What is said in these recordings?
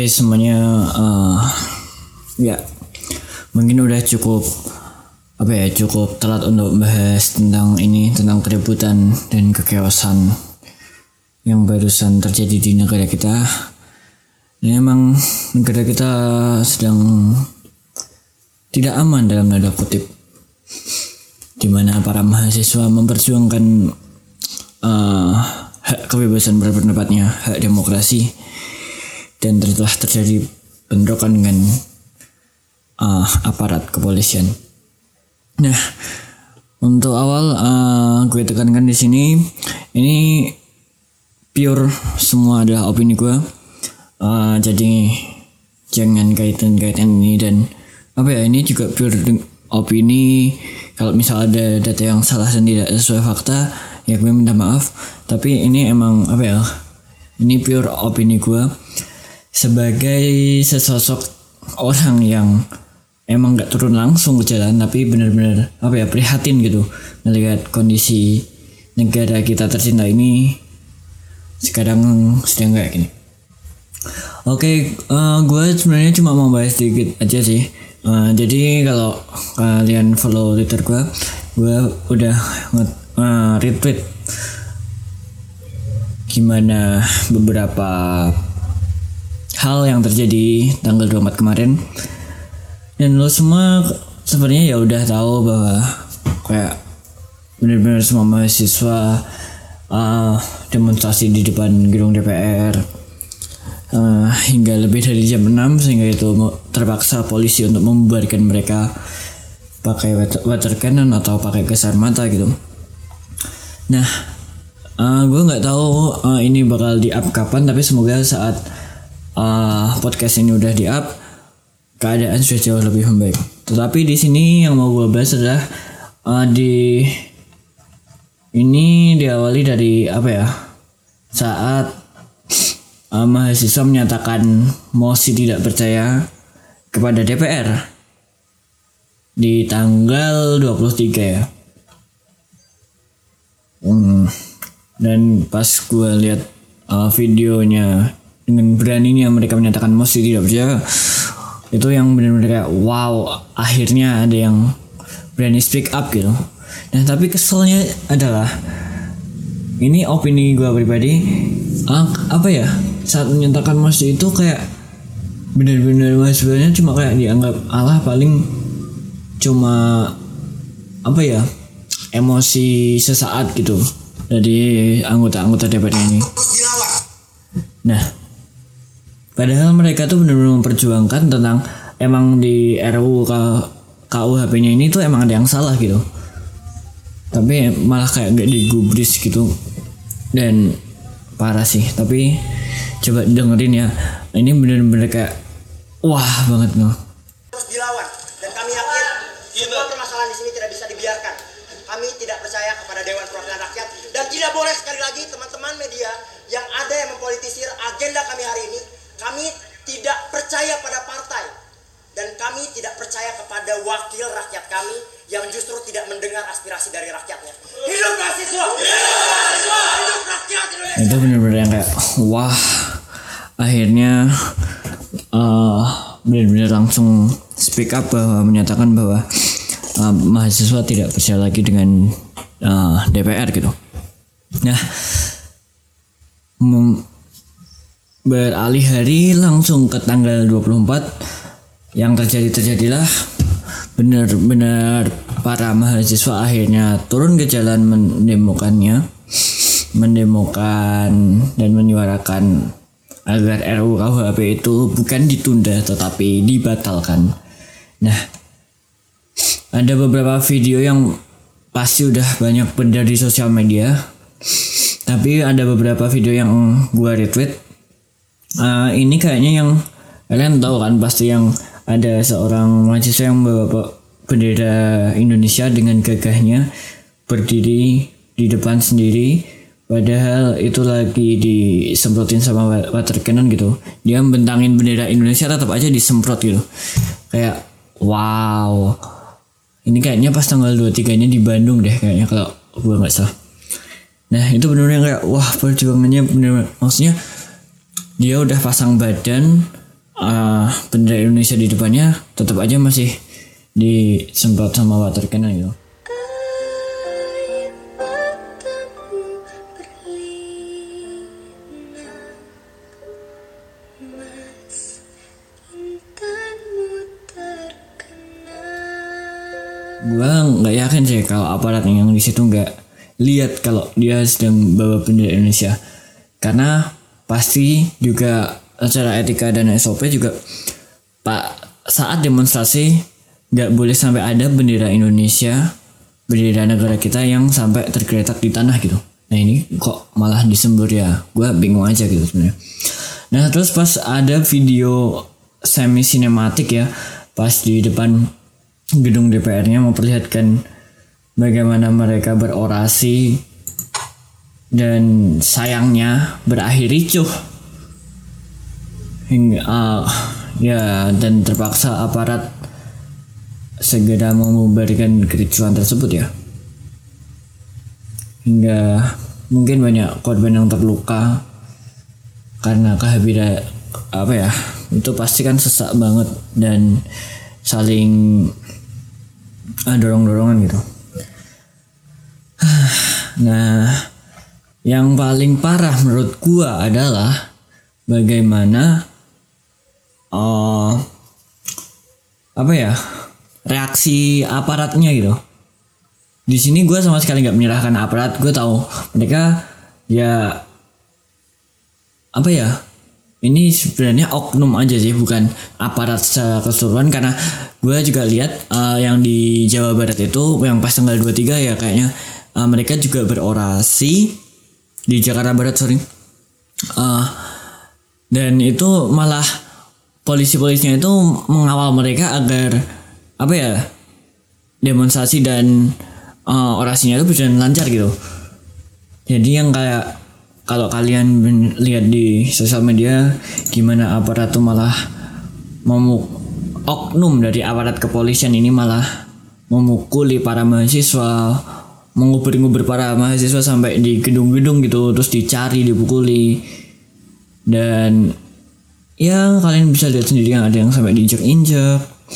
semuanya, ya mungkin udah cukup telat untuk membahas tentang keributan dan kechaosan yang barusan terjadi di negara kita. Dan emang negara kita sedang tidak aman dalam tanda kutip, di mana para mahasiswa memperjuangkan hak kebebasan berpendapatnya, hak demokrasi, dan telah terjadi bentrokan dengan aparat kepolisian. Nah, untuk awal gue tekankan di sini, ini pure semua adalah opini gue. Jadi jangan kaitan ini, dan ini juga pure opini. Kalau misal ada data yang salah dan tidak sesuai fakta, ya gue minta maaf. Tapi ini emang ini pure opini gue sebagai sesosok orang yang emang gak turun langsung ke jalan, tapi benar-benar prihatin gitu melihat kondisi negara kita tercinta ini sekarang sedang kayak gini. Oke, gue sebenarnya cuma mau bahas sedikit aja sih. Jadi kalau kalian follow Twitter gue udah retweet gimana beberapa hal yang terjadi tanggal 24 kemarin. Dan lo semua sebenarnya ya udah tahu bahwa kayak benar-benar semua mahasiswa demonstrasi di depan gedung DPR hingga lebih dari jam 6, sehingga itu terpaksa polisi untuk membubarkan mereka pakai water cannon atau pakai gas air mata gitu. Nah, gue nggak tahu ini bakal di-up kapan, tapi semoga saat podcast ini udah di-up, keadaan sudah jauh lebih membaik. Tetapi di sini yang mau gue bahas adalah ini diawali dari saat mahasiswa menyatakan mosi tidak percaya kepada DPR di tanggal 23 ya. Dan pas gue lihat videonya dengan beraninya mereka menyatakan mosi tidak percaya, itu yang benar-benar kayak wow, akhirnya ada yang berani speak up gitu. Nah, tapi keselnya adalah ini opini gue pribadi, saat menyatakan mosi itu kayak benar-benar mahasiswanya cuma kayak dianggap paling cuma emosi sesaat gitu dari anggota-anggota DPR ini. Nah, padahal mereka tuh benar-benar memperjuangkan tentang emang di RUU KUHP-nya ini tuh emang ada yang salah gitu. Tapi malah kayak gak digubris gitu. Dan parah sih. Tapi coba dengerin ya. Ini benar-benar kayak wah banget loh. Terus dilawan. Dan kami yakin semua permasalahan di sini tidak bisa dibiarkan. Kami tidak percaya kepada Dewan Perwakilan Rakyat. Dan tidak boleh sekali lagi teman-teman media yang ada yang mempolitisir agenda kami hari ini. Kami tidak percaya pada partai. Dan kami tidak percaya kepada wakil rakyat kami yang justru tidak mendengar aspirasi dari rakyatnya. Hidup mahasiswa! Hidup rakyat Indonesia! Itu benar-benar yang kayak wah, akhirnya benar-benar langsung speak up bahwa menyatakan bahwa mahasiswa tidak percaya lagi dengan DPR gitu. Nah, beralih hari langsung ke tanggal 24, yang terjadilah benar-benar para mahasiswa akhirnya turun ke jalan mendemokan dan menyuarakan agar RUU KUHP itu bukan ditunda tetapi dibatalkan. Nah, ada beberapa video yang pasti udah banyak beredar di sosial media, tapi ada beberapa video yang gua retweet. Ini kayaknya yang kalian tahu kan, pasti yang ada seorang mahasiswa yang membawa bendera Indonesia dengan gagahnya berdiri di depan sendiri, padahal itu lagi disemprotin sama water cannon gitu. Dia bentangin bendera Indonesia tetap aja disemprot gitu. Kayak wow. Ini kayaknya pas tanggal 23-nya di Bandung deh kayaknya kalau gue gak salah. Nah, itu benar-benar kayak wah, perjuangannya benar-benar, maksudnya dia udah pasang badan bendera Indonesia di depannya tetap aja masih disemprot sama water cannon gitu. Gua nggak yakin sih kalau aparat yang di situ nggak lihat kalau dia sedang bawa bendera Indonesia, karena pasti juga secara etika dan SOP juga saat demonstrasi nggak boleh sampai ada bendera Indonesia, bendera negara kita yang sampai tergeletak di tanah gitu. Nah ini kok malah disembur ya, gue bingung aja gitu sebenarnya. Nah terus pas ada video semi sinematik ya, pas di depan gedung DPR-nya memperlihatkan bagaimana mereka berorasi dan sayangnya berakhir ricuh hingga dan terpaksa aparat segera membubarkan kericuhan tersebut ya, hingga mungkin banyak korban yang terluka karena kehadiran itu pasti kan sesak banget dan saling dorong-dorongan gitu. Nah, yang paling parah menurut gua adalah bagaimana reaksi aparatnya gitu. Di sini gue sama sekali nggak menyalahkan aparat. Gue tahu mereka ini sebenarnya oknum aja sih, bukan aparat secara keseluruhan. Karena gue juga lihat yang di Jawa Barat itu yang pas tanggal 23 ya kayaknya mereka juga berorasi di Jakarta Barat dan itu malah polisi-polisinya itu mengawal mereka agar demonstrasi dan orasinya itu berjalan lancar gitu. Jadi yang kayak kalau kalian lihat di sosial media gimana aparat tuh malah oknum dari aparat kepolisian ini malah memukuli para mahasiswa, mengubur-ngubur para mahasiswa sampai di gedung-gedung gitu, terus dicari, dipukuli. Dan ya kalian bisa lihat sendiri yang ada yang sampai diinjak-injak.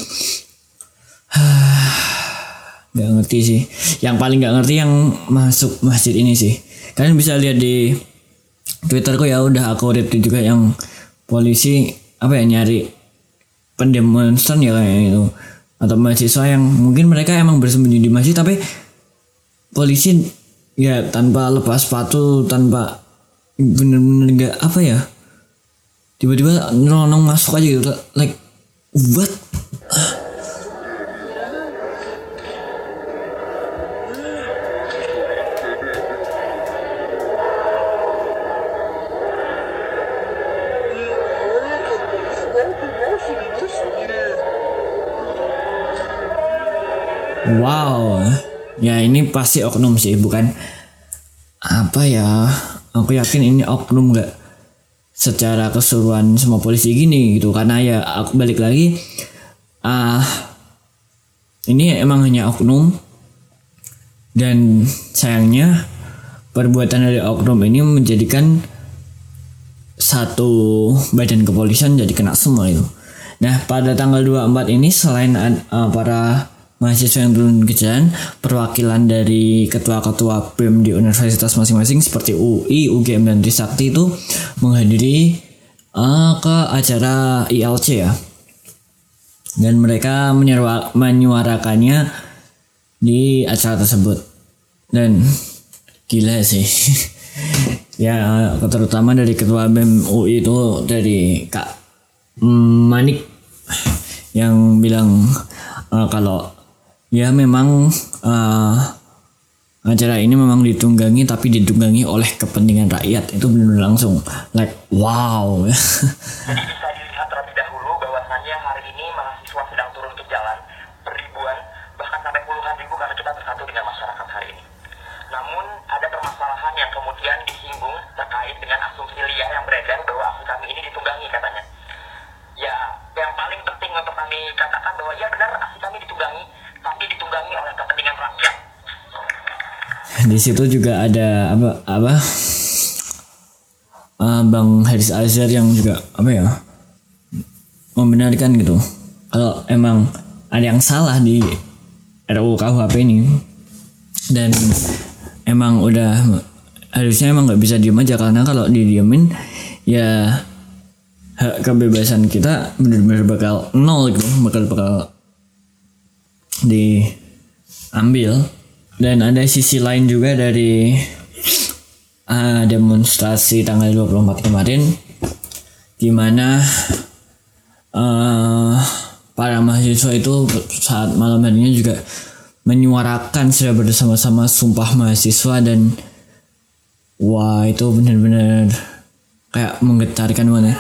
Gak ngerti sih. Yang paling gak ngerti yang masuk masjid ini sih. Kalian bisa lihat di Twitterku ya, udah aku read juga yang polisi nyari pendemonstran ya kayak itu, atau mahasiswa yang mungkin mereka emang bersembunyi di masjid tapi polisi ya tanpa lepas sepatu, tanpa bener-bener gak tiba-tiba nyelonong masuk aja gitu, like what? Wow, ya ini pasti oknum sih, bukan aku yakin ini oknum gak secara keseluruhan semua polisi gini gitu. Karena ya aku balik lagi, ini emang hanya oknum, dan sayangnya perbuatan dari oknum ini menjadikan satu badan kepolisian jadi kena semua itu. Nah pada tanggal 24 ini selain para mahasiswa yang turun ke jalan, perwakilan dari ketua-ketua BEM di universitas masing-masing seperti UI, UGM, dan Trisakti itu menghadiri ke acara ILC ya. Dan mereka menyuarakannya di acara tersebut. Dan gila sih. Ya terutama dari ketua BEM UI itu, dari Kak Manik, yang bilang kalau ya memang acara ini memang ditunggangi, tapi ditunggangi oleh kepentingan rakyat. Itu benar-benar langsung like wow. Jadi bisa dilihat terlebih dahulu bahwasannya hari ini mahasiswa sedang turun ke jalan beribuan, bahkan sampai puluhan ribu karena kita bersatu dengan masyarakat hari ini. Namun ada permasalahan yang kemudian disinggung terkait dengan asumsi liar yang beredar bahwa aksi kami ini ditunggangi katanya. Ya yang paling penting untuk kami katakan bahwa ya benar aksi kami ditunggangi, tapi ditunggangi oleh kepentingan rakyat. Di situ juga ada Bang Haris Azhar yang juga membenarkan gitu kalau emang ada yang salah di RUU KUHP ini, dan emang udah harusnya emang nggak bisa diem aja, karena kalau didiemin ya hak kebebasan kita benar-benar bakal nol gitu, bakal diambil. Dan ada sisi lain juga dari demonstrasi tanggal 24 kemarin, dimana para mahasiswa itu saat malam harinya juga menyuarakan secara bersama-sama sumpah mahasiswa, dan wah itu benar-benar kayak menggetarkan banget.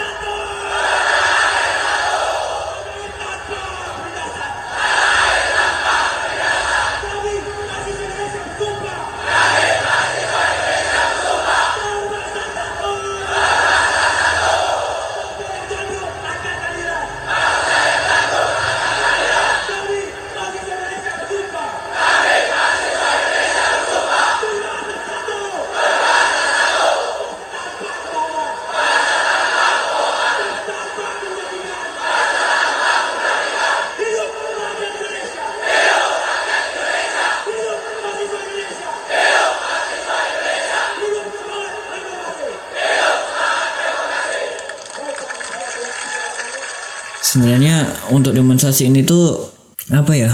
Sebenarnya untuk demonstrasi ini tuh apa ya?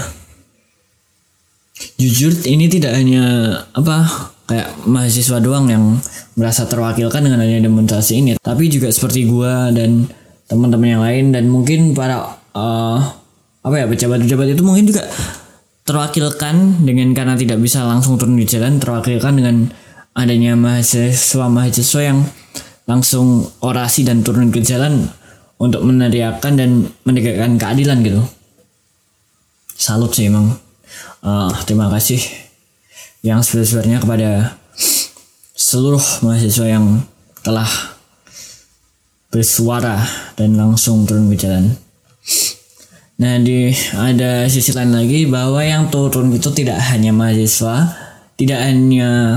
Jujur ini tidak hanya kayak mahasiswa doang yang merasa terwakilkan dengan adanya demonstrasi ini, tapi juga seperti gua dan teman-teman yang lain, dan mungkin para pejabat-pejabat itu mungkin juga terwakilkan dengan, karena tidak bisa langsung turun di jalan, terwakilkan dengan adanya mahasiswa yang langsung orasi dan turun ke jalan untuk meneriakkan dan menegakkan keadilan gitu. Salut sih emang. Terima kasih yang sebesar-besarnya kepada seluruh mahasiswa yang telah bersuara dan langsung turun ke jalan. Nah, ada sisi lain lagi, bahwa yang turun itu tidak hanya mahasiswa, tidak hanya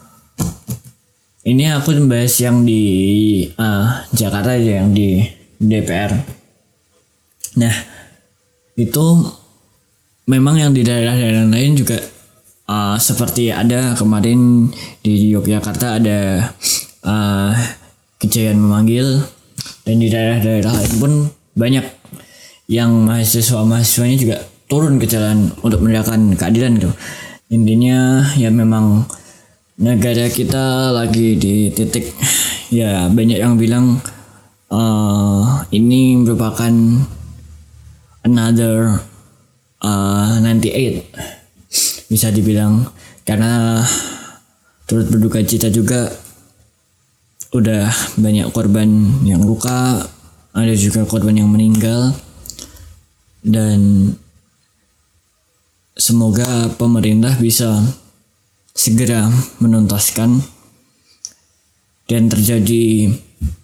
ini aku membahas yang di Jakarta aja, yang di DPR. Nah, itu memang yang di daerah-daerah lain juga seperti ada kemarin di Yogyakarta ada kejayaan memanggil, dan di daerah-daerah lain pun banyak yang mahasiswanya juga turun ke jalan untuk menegakkan keadilan gitu. Intinya ya memang negara kita lagi di titik, ya banyak yang bilang ini merupakan another 98 bisa dibilang, karena turut berduka cita juga udah banyak korban yang luka, ada juga korban yang meninggal, dan semoga pemerintah bisa segera menuntaskan dan terjadi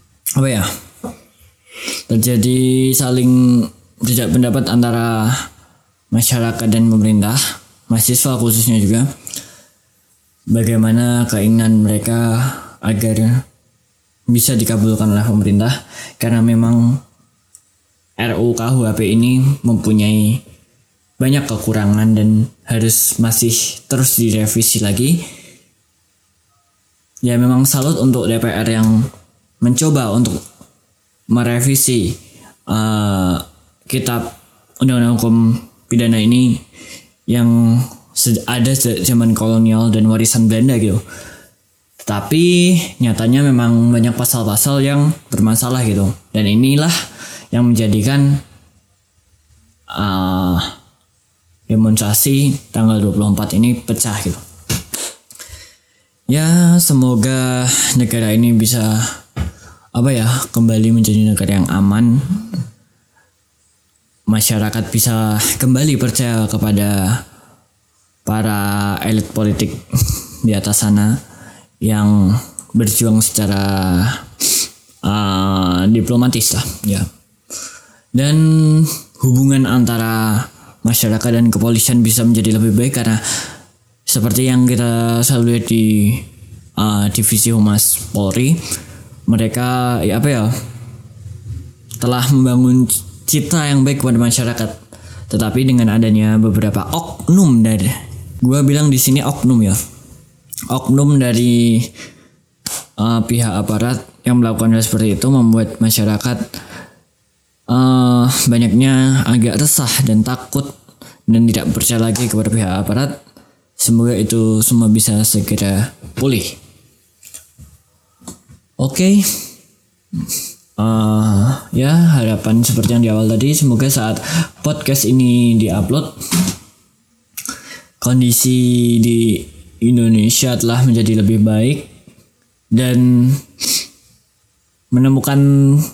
saling jejak pendapat antara masyarakat dan pemerintah, mahasiswa khususnya juga, bagaimana keinginan mereka agar bisa dikabulkan oleh pemerintah, karena memang RUU KUHP ini mempunyai banyak kekurangan dan harus masih terus direvisi lagi. Ya memang salut untuk DPR yang mencoba untuk merevisi kitab undang-undang hukum pidana ini yang ada sejak zaman kolonial dan warisan Belanda gitu. Tapi nyatanya memang banyak pasal-pasal yang bermasalah gitu, dan inilah yang menjadikan demonstrasi tanggal 24 ini pecah gitu. Ya semoga negara ini bisa kembali menjadi negara yang aman. Masyarakat bisa kembali percaya kepada para elit politik di atas sana yang berjuang secara diplomatis lah ya. Dan hubungan antara masyarakat dan kepolisian bisa menjadi lebih baik, karena seperti yang kita selalu lihat di divisi Humas Polri, mereka telah membangun citra yang baik kepada masyarakat. Tetapi dengan adanya beberapa oknum dari, gue bilang di sini oknum ya, oknum dari pihak aparat yang melakukan hal seperti itu membuat masyarakat banyaknya agak resah dan takut dan tidak percaya lagi kepada pihak aparat. Semoga itu semua bisa segera pulih. Oke. Ya, harapan seperti yang di awal tadi, semoga saat podcast ini diupload kondisi di Indonesia telah menjadi lebih baik dan menemukan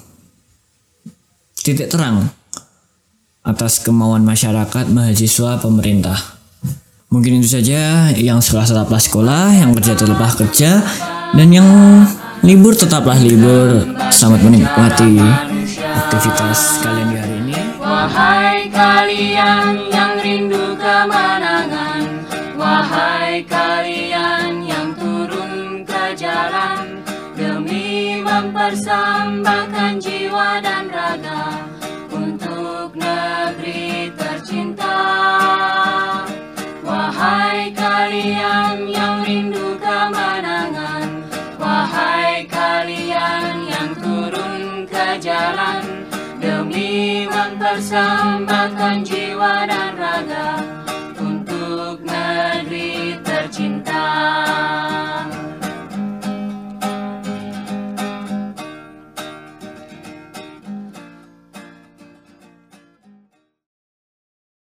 titik terang atas kemauan masyarakat, mahasiswa, pemerintah. Mungkin itu saja. Yang sekolah tetaplah sekolah, yang kerja tetaplah kerja, dan yang libur tetaplah libur. Selamat menikmati aktivitas kalian di hari ini. Wahai kalian yang rindu kemenangan, wahai kalian yang turun ke jalan demi mempersembahkan jiwa dan raga untuk negeri tercinta. Wahai kalian yang rindu kemenangan, wahai kalian yang turun ke jalan demi mempersembahkan jiwa dan raga